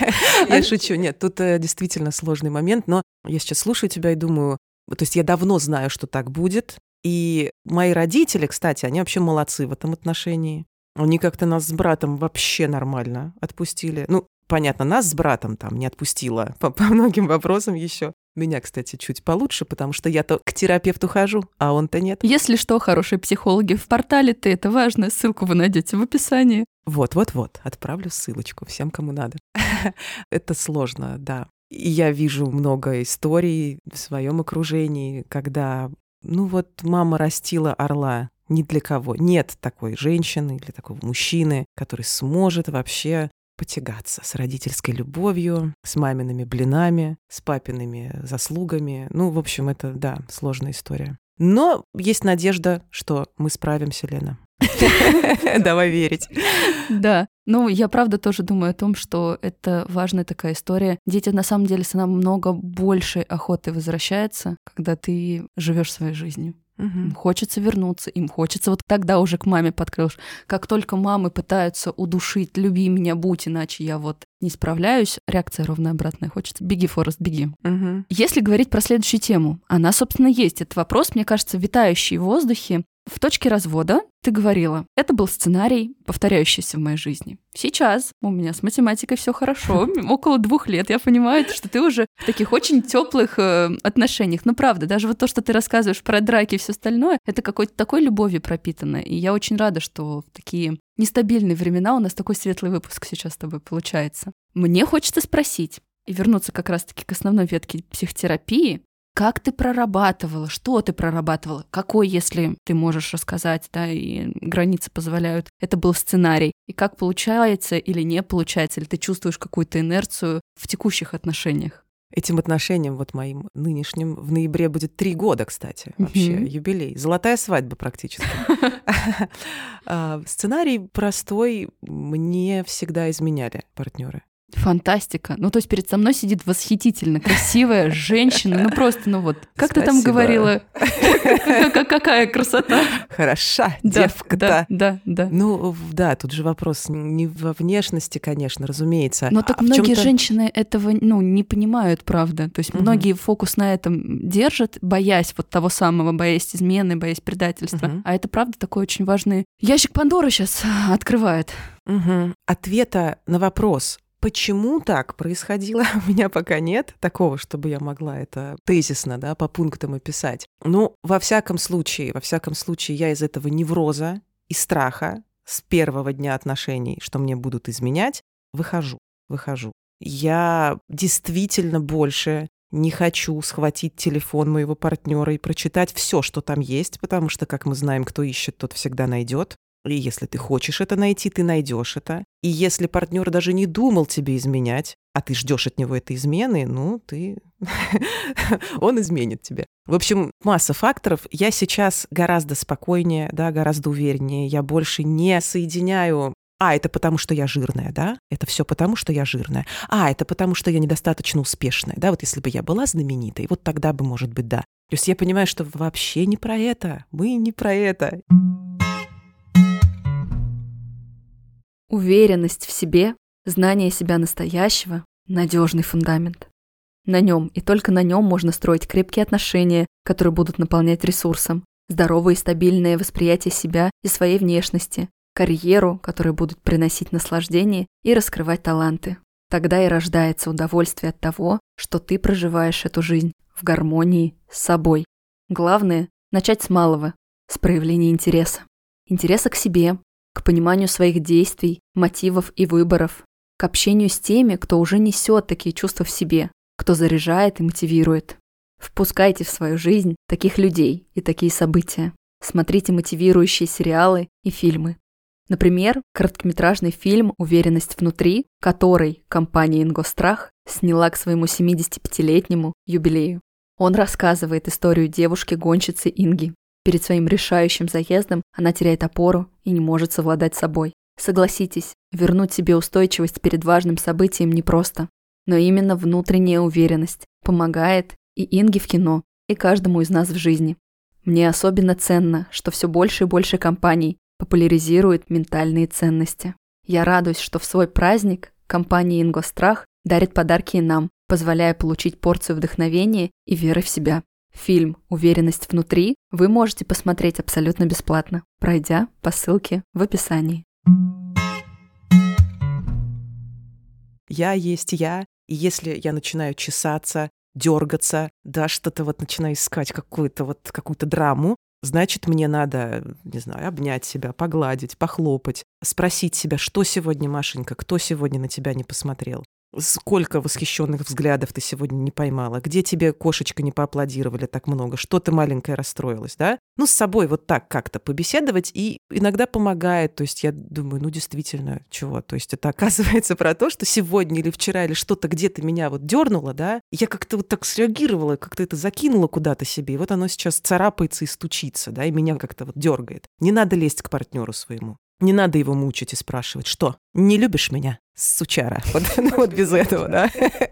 Я шучу. Нет, тут действительно сложный момент, но я сейчас слушаю тебя и думаю, то есть я давно знаю, что так будет, и мои родители, кстати, они вообще молодцы в этом отношении. Они как-то нас с братом вообще нормально отпустили. Понятно, нас с братом там не отпустила по многим вопросам еще. Меня, кстати, чуть получше, потому что я-то к терапевту хожу, а он-то нет. Если что, хорошие психологи в портале, это важно. Ссылку вы найдете в описании. Вот. Отправлю ссылочку всем, кому надо. Это сложно, да. И я вижу много историй в своем окружении, когда, мама растила орла. Ни для кого. Нет такой женщины или такого мужчины, который сможет вообще потягаться с родительской любовью, с мамиными блинами, с папиными заслугами. В общем, это, да, сложная история. Но есть надежда, что мы справимся, Лена. Давай верить. Да. Я правда тоже думаю о том, что это важная такая история. Дети на самом деле с намного большей охотой возвращаются, когда ты живешь своей жизнью. Им хочется вернуться, им хочется вот тогда уже к маме подкрылась. Как только мамы пытаются удушить, люби меня, будь, иначе я не справляюсь, реакция ровно обратная. Хочется беги, Форест, беги. Если говорить про следующую тему, она, собственно, есть. Это вопрос, мне кажется, витающий в воздухе. В точке развода ты говорила, это был сценарий, повторяющийся в моей жизни. Сейчас у меня с математикой все хорошо, около 2 лет. Я понимаю, что ты уже в таких очень теплых отношениях. Правда, даже вот то, что ты рассказываешь про драки и все остальное, это какой-то такой любовью пропитано. И я очень рада, что в такие нестабильные времена у нас такой светлый выпуск сейчас с тобой получается. Мне хочется спросить и вернуться как раз-таки к основной ветке психотерапии. Как ты прорабатывала? Что ты прорабатывала? Какой, если ты можешь рассказать, да, и границы позволяют, это был сценарий? И как получается или не получается? Или ты чувствуешь какую-то инерцию в текущих отношениях? Этим отношениям моим нынешним в ноябре будет 3 года, кстати, вообще, юбилей. Золотая свадьба практически. Сценарий простой, мне всегда изменяли партнеры. Фантастика. То есть передо мной сидит восхитительно красивая женщина. Просто, как ты там говорила? Какая красота. Хороша девка-то. Да. Да, тут же вопрос не во внешности, конечно, разумеется. Но так многие женщины этого, не понимают, правда. То есть многие фокус на этом держат, боясь того самого, боясь измены, боясь предательства. А это, правда, такой очень важный ящик Пандоры сейчас открывает. Ответа на вопрос, почему так происходило, у меня пока нет такого, чтобы я могла это тезисно, да, по пунктам описать. Во всяком случае, я из этого невроза и страха с первого дня отношений, что мне будут изменять, выхожу. Я действительно больше не хочу схватить телефон моего партнера и прочитать все, что там есть, потому что, как мы знаем, кто ищет, тот всегда найдет. И если ты хочешь это найти, ты найдешь это. И если партнер даже не думал тебе изменять, а ты ждешь от него этой измены, он изменит тебе. В общем, масса факторов. Я сейчас гораздо спокойнее, да, гораздо увереннее. Я больше не соединяю Это потому, что я жирная, да? Это все потому, что я жирная. Это потому, что я недостаточно успешная, да? Вот если бы я была знаменитой, вот тогда бы, может быть, да. То есть я понимаю, что вообще не про это. Мы не про это. Уверенность в себе, знание себя настоящего – надежный фундамент. На нем и только на нем можно строить крепкие отношения, которые будут наполнять ресурсом, здоровое и стабильное восприятие себя и своей внешности, карьеру, которая будет приносить наслаждение и раскрывать таланты. Тогда и рождается удовольствие от того, что ты проживаешь эту жизнь в гармонии с собой. Главное – начать с малого, с проявления интереса. Интереса к себе, к пониманию своих действий, мотивов и выборов, к общению с теми, кто уже несет такие чувства в себе, кто заряжает и мотивирует. Впускайте в свою жизнь таких людей и такие события. Смотрите мотивирующие сериалы и фильмы. Например, короткометражный фильм «Уверенность внутри», который компания «Ингострах» сняла к своему 75-летнему юбилею. Он рассказывает историю девушки-гонщицы Инги. Перед своим решающим заездом она теряет опору и не может совладать с собой. Согласитесь, вернуть себе устойчивость перед важным событием непросто. Но именно внутренняя уверенность помогает и Инге в кино, и каждому из нас в жизни. Мне особенно ценно, что все больше и больше компаний популяризируют ментальные ценности. Я радуюсь, что в свой праздник компания «Ингострах» дарит подарки и нам, позволяя получить порцию вдохновения и веры в себя. Фильм «Уверенность внутри» вы можете посмотреть абсолютно бесплатно, пройдя по ссылке в описании. Я есть я, и если я начинаю чесаться, дергаться, да, что-то вот начинаю искать какую-то драму, значит, мне надо, не знаю, обнять себя, погладить, похлопать, спросить себя, что сегодня, Машенька, кто сегодня на тебя не посмотрел? Сколько восхищенных взглядов ты сегодня не поймала? Где тебе кошечка не поаплодировали так много? Что ты маленькая расстроилась, да? С собой вот так как-то побеседовать и иногда помогает. То есть я думаю, действительно, чего? То есть это оказывается про то, что сегодня или вчера или что-то где-то меня вот дернуло, да? Я как-то вот так среагировала, как-то это закинула куда-то себе. И вот оно сейчас царапается и стучится, да? И меня как-то вот дергает. Не надо лезть к партнеру своему. Не надо его мучить и спрашивать, что, не любишь меня, сучара? Вот без этого, да?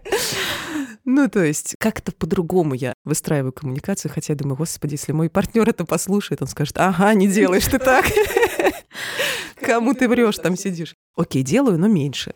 То есть как-то по-другому я выстраиваю коммуникацию, хотя я думаю, господи, если мой партнер это послушает, он скажет, ага, не делаешь ты так. Кому ты врешь, там сидишь? Окей, делаю, но меньше.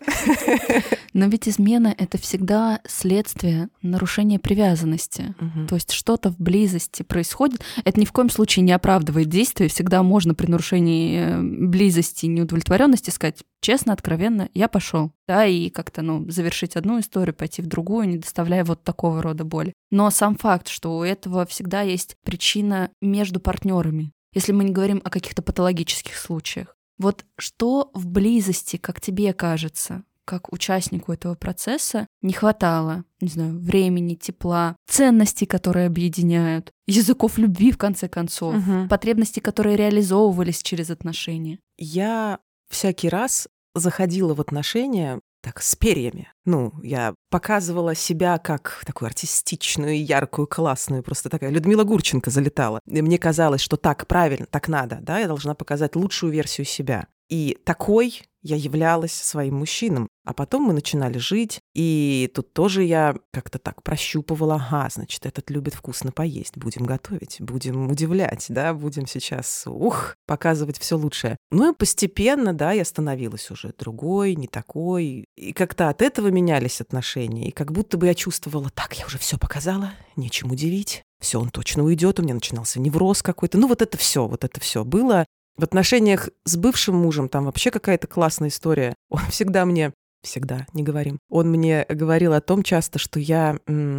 Но ведь измена — это всегда следствие нарушения привязанности. То есть что-то в близости происходит. Это ни в коем случае не оправдывает действия. Всегда можно при нарушении близости и неудовлетворенности сказать честно, откровенно, я пошел. Да, и как-то, завершить одну историю, пойти в другую, не доставляя вот такого рода боли. Но сам факт, что у этого всегда есть причина между партнерами, если мы не говорим о каких-то патологических случаях. Вот что в близости, как тебе кажется, как участнику этого процесса, не хватало, не знаю, времени, тепла, ценностей, которые объединяют, языков любви, в конце концов, потребностей, которые реализовывались через отношения? Я всякий раз заходила в отношения так, с перьями. Я показывала себя как такую артистичную, яркую, классную, просто такая Людмила Гурченко залетала. И мне казалось, что так правильно, так надо, да, я должна показать лучшую версию себя. И такой я являлась своим мужчинам. А потом мы начинали жить, и тут тоже я как-то так прощупывала, значит, этот любит вкусно поесть, будем готовить, будем удивлять, да, будем сейчас, показывать все лучшее. И постепенно, да, я становилась уже другой, не такой, и как-то от этого менялись отношения, и как будто бы я чувствовала, так, я уже все показала, нечем удивить, все, он точно уйдет, у меня начинался невроз какой-то, вот это все было. В отношениях с бывшим мужем там вообще какая-то классная история. Он всегда, не говорим. Он мне говорил о том часто, что я,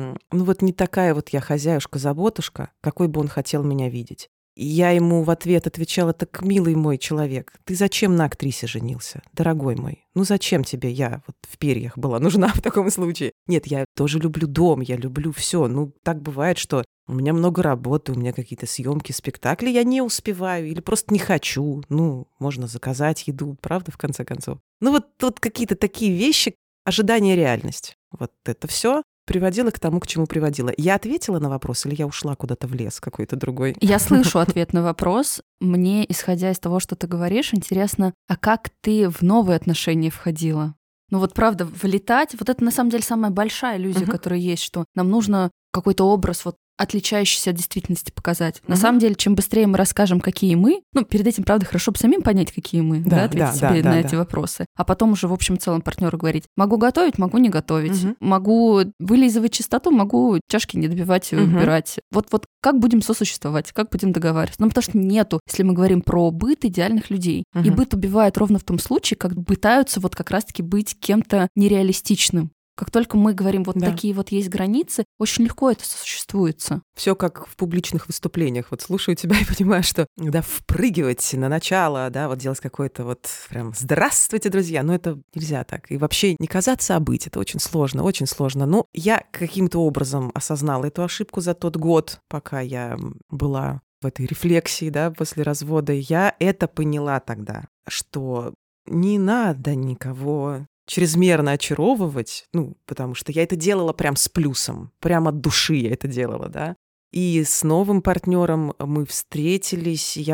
не такая вот я хозяюшка-заботушка, какой бы он хотел меня видеть. И я ему в ответ отвечала, так, милый мой человек, ты зачем на актрисе женился, дорогой мой? Зачем тебе я вот в перьях была нужна в таком случае? Нет, я тоже люблю дом, я люблю все. Так бывает, что у меня много работы, у меня какие-то съемки, спектакли, я не успеваю или просто не хочу. Можно заказать еду, правда, в конце концов. Вот какие-то такие вещи, ожидание, реальность. Вот это все. приводило к тому, к чему приводило. Я ответила на вопрос или я ушла куда-то в лес какой-то другой? Я слышу ответ на вопрос. Мне, исходя из того, что ты говоришь, интересно, а как ты в новые отношения входила? Ну вот правда, влетать, вот это на самом деле самая большая иллюзия, которая есть, что нам нужно какой-то образ вот отличающийся от действительности показать. На самом деле, чем быстрее мы расскажем, какие мы, ну, перед этим, правда, хорошо бы самим понять, какие мы, ответить себе на эти вопросы, а потом уже в общем и целом партнеру говорить, могу готовить, могу не готовить, могу вылизывать чистоту, могу чашки не добивать и убирать. Вот как будем сосуществовать, как будем договариваться? Ну, потому что нету, если мы говорим про быт идеальных людей. И быт убивает ровно в том случае, как пытаются вот как раз-таки быть кем-то нереалистичным. Как только мы говорим, вот такие вот есть границы, очень легко это сосуществуется. Все как в публичных выступлениях. Вот слушаю тебя и понимаю, что когда впрыгивать на начало, да, вот делать какое-то вот прям «Здравствуйте, друзья!», но это нельзя так. И вообще не казаться, а быть. Это очень сложно, очень сложно. Но я каким-то образом осознала эту ошибку за тот год, пока я была в этой рефлексии, да, после развода. Я это поняла тогда, что не надо никого чрезмерно очаровывать, ну, потому что я это делала прям с плюсом, прям от души я это делала, да. И с новым партнером мы встретились, я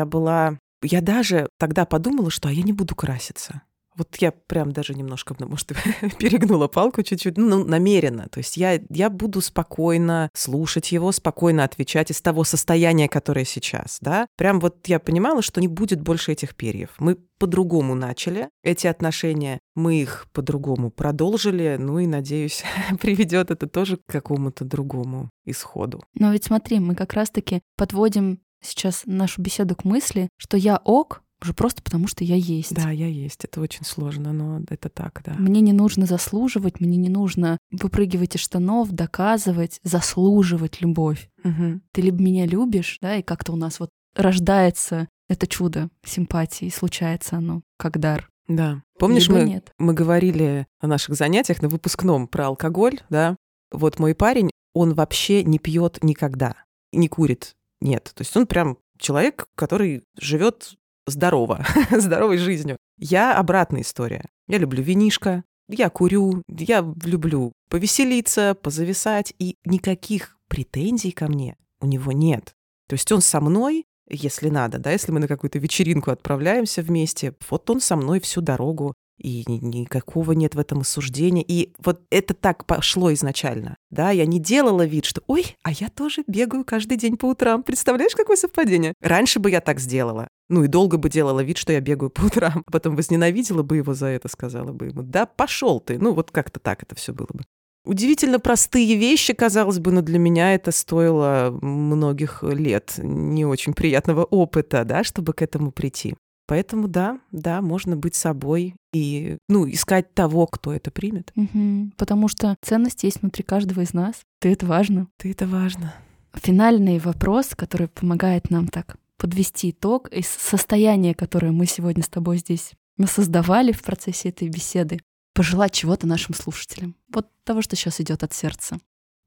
даже тогда подумала, что я не буду краситься. Вот я прям даже немножко, может, перегнула палку чуть-чуть, ну, намеренно. То есть я буду спокойно слушать его, спокойно отвечать из того состояния, которое сейчас, да. Прям вот я понимала, что не будет больше этих перьев. Мы по-другому начали эти отношения, мы их по-другому продолжили, ну и, надеюсь, приведет это тоже к какому-то другому исходу. Но ведь смотри, мы как раз-таки подводим сейчас нашу беседу к мысли, что я ок, уже просто потому, что я есть. Да, я есть. Это очень сложно, но это так, да. Мне не нужно заслуживать, мне не нужно выпрыгивать из штанов, доказывать, заслуживать любовь. Ты либо меня любишь, да, и как-то у нас вот рождается это чудо симпатии, случается оно как дар. Да. Помнишь, мы говорили на наших занятиях на выпускном про алкоголь, да? Вот мой парень, он вообще не пьет никогда, не курит, нет. То есть он прям человек, который живет здорово, здоровой жизнью. Я обратная история. Я люблю винишко, я курю, я люблю повеселиться, позависать, и никаких претензий ко мне у него нет. То есть он со мной, если надо, да, если мы на какую-то вечеринку отправляемся вместе, вот он со мной всю дорогу, и никакого нет в этом осуждения. И вот это так пошло изначально, да, я не делала вид, что «Ой, а я тоже бегаю каждый день по утрам». Представляешь, какое совпадение? Раньше бы я так сделала. Ну и долго бы делала вид, что я бегаю по утрам. А потом возненавидела бы его за это, сказала бы ему: «Да пошел ты». Ну вот как-то так это все было бы. Удивительно простые вещи, казалось бы, но для меня это стоило многих лет не очень приятного опыта, да, чтобы к этому прийти. Поэтому да, можно быть собой и, искать того, кто это примет. Потому что ценность есть внутри каждого из нас. Это важно. Это важно. Финальный вопрос, который помогает нам так подвести итог из состояния, которое мы сегодня с тобой здесь создавали в процессе этой беседы. Пожелать чего-то нашим слушателям. Вот того, что сейчас идет от сердца.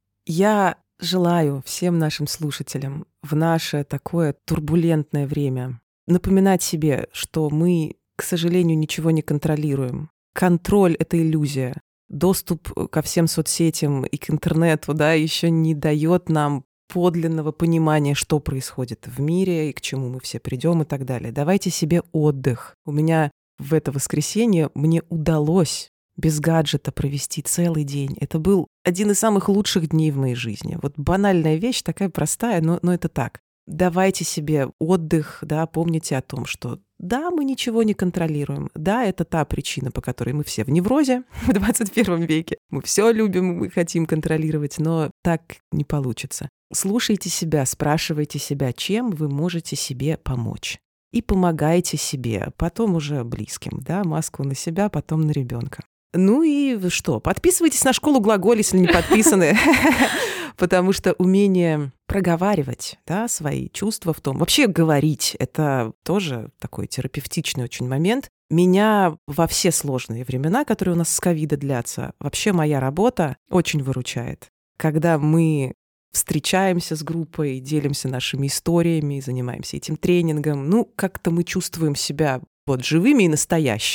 Я желаю всем нашим слушателям в наше такое турбулентное время напоминать себе, что мы, к сожалению, ничего не контролируем. Контроль — это иллюзия. Доступ ко всем соцсетям и к интернету, да, еще не дает нам подлинного понимания, что происходит в мире и к чему мы все придем и так далее. Давайте себе отдых. У меня в это воскресенье мне удалось без гаджета провести целый день. Это был один из самых лучших дней в моей жизни. Вот банальная вещь, такая простая, но это так. Давайте себе отдых, да, помните о том, что да, мы ничего не контролируем. Да, это та причина, по которой мы все в неврозе в 21 веке. Мы все любим, мы хотим контролировать, но так не получится. Слушайте себя, спрашивайте себя, чем вы можете себе помочь. И помогайте себе, потом уже близким, да, маску на себя, потом на ребенка. Ну и что, подписывайтесь на школу глаголь, если не подписаны, потому что умение проговаривать, да, свои чувства в том, вообще говорить, это тоже такой терапевтичный очень момент. Меня во все сложные времена, которые у нас с ковида длятся, вообще моя работа очень выручает. Когда мы встречаемся с группой, делимся нашими историями, занимаемся этим тренингом, как-то мы чувствуем себя живыми и настоящими.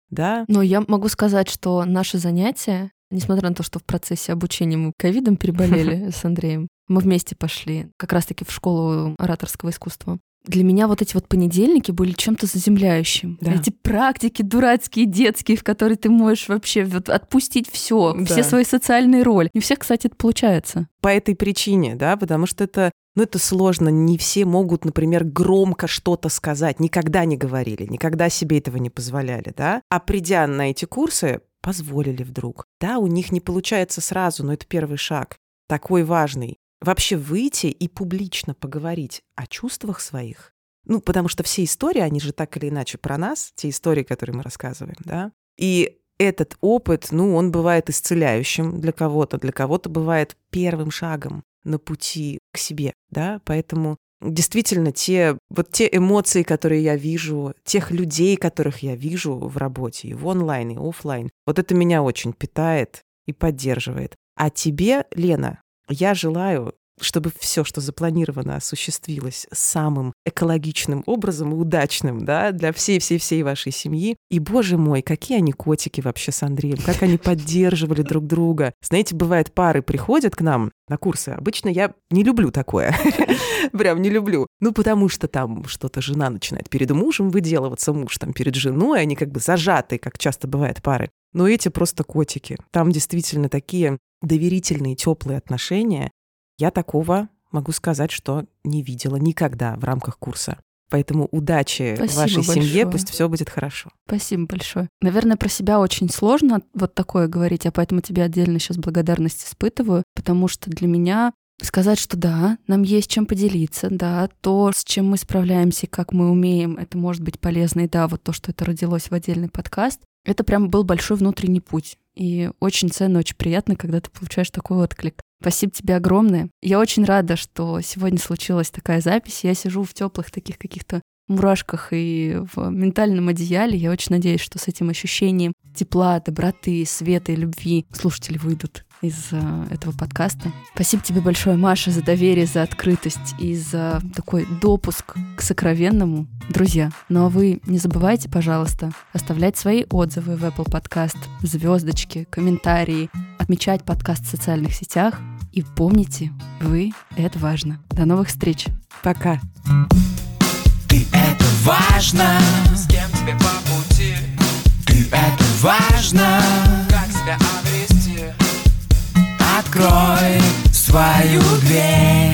да. Но я могу сказать, что наши занятия, несмотря на то, что в процессе обучения мы ковидом переболели с Андреем, мы вместе пошли как раз-таки в школу ораторского искусства. Для меня вот эти вот понедельники были чем-то заземляющим. Да. Эти практики дурацкие, детские, в которые ты можешь вообще вот отпустить все свои социальные роли. Не у всех, кстати, это получается. По этой причине, да, потому что это сложно. Не все могут, например, громко что-то сказать. Никогда не говорили, никогда себе этого не позволяли, да. А придя на эти курсы, позволили вдруг. Да, у них не получается сразу, но это первый шаг, такой важный. Вообще выйти и публично поговорить о чувствах своих. Потому что все истории, они же так или иначе про нас, те истории, которые мы рассказываем, да. И этот опыт, он бывает исцеляющим для кого-то бывает первым шагом на пути к себе, да. Поэтому действительно те эмоции, которые я вижу, тех людей, которых я вижу в работе, и в онлайн, и офлайн, вот это меня очень питает и поддерживает. А тебе, Лена, я желаю, чтобы все, что запланировано, осуществилось самым экологичным образом и удачным, да, для всей вашей семьи. И, боже мой, какие они котики вообще с Андреем, как они поддерживали друг друга. Знаете, бывает, пары приходят к нам на курсы. Обычно я не люблю такое. Прям не люблю. Потому что там что-то жена начинает перед мужем выделываться, муж там перед женой, они как бы зажаты, как часто бывает пары. Но эти просто котики. Там действительно такие доверительные, теплые отношения. Я такого, могу сказать, что не видела никогда в рамках курса. Поэтому удачи вашей семье, пусть все будет хорошо. Спасибо большое. Наверное, про себя очень сложно вот такое говорить, а поэтому тебе отдельно сейчас благодарность испытываю, потому что для меня сказать, что да, нам есть чем поделиться, да, то, с чем мы справляемся и как мы умеем, это может быть полезно, и да, вот то, что это родилось в отдельный подкаст, это прям был большой внутренний путь. И очень ценно, очень приятно, когда ты получаешь такой отклик. Спасибо тебе огромное. Я очень рада, что сегодня случилась такая запись. Я сижу в теплых таких каких-то мурашках и в ментальном одеяле. Я очень надеюсь, что с этим ощущением тепла, доброты, света и любви слушатели выйдут из этого подкаста. Спасибо тебе большое, Маша, за доверие, за открытость и за такой допуск к сокровенному. Друзья, а вы не забывайте, пожалуйста, оставлять свои отзывы в Apple Podcast, звездочки, комментарии, отмечать подкаст в социальных сетях. И помните, вы — это важно. До новых встреч. Пока. Ты — это важно. С кем тебе по пути? Ты — это важно. Как себя обрести? Открой свою дверь.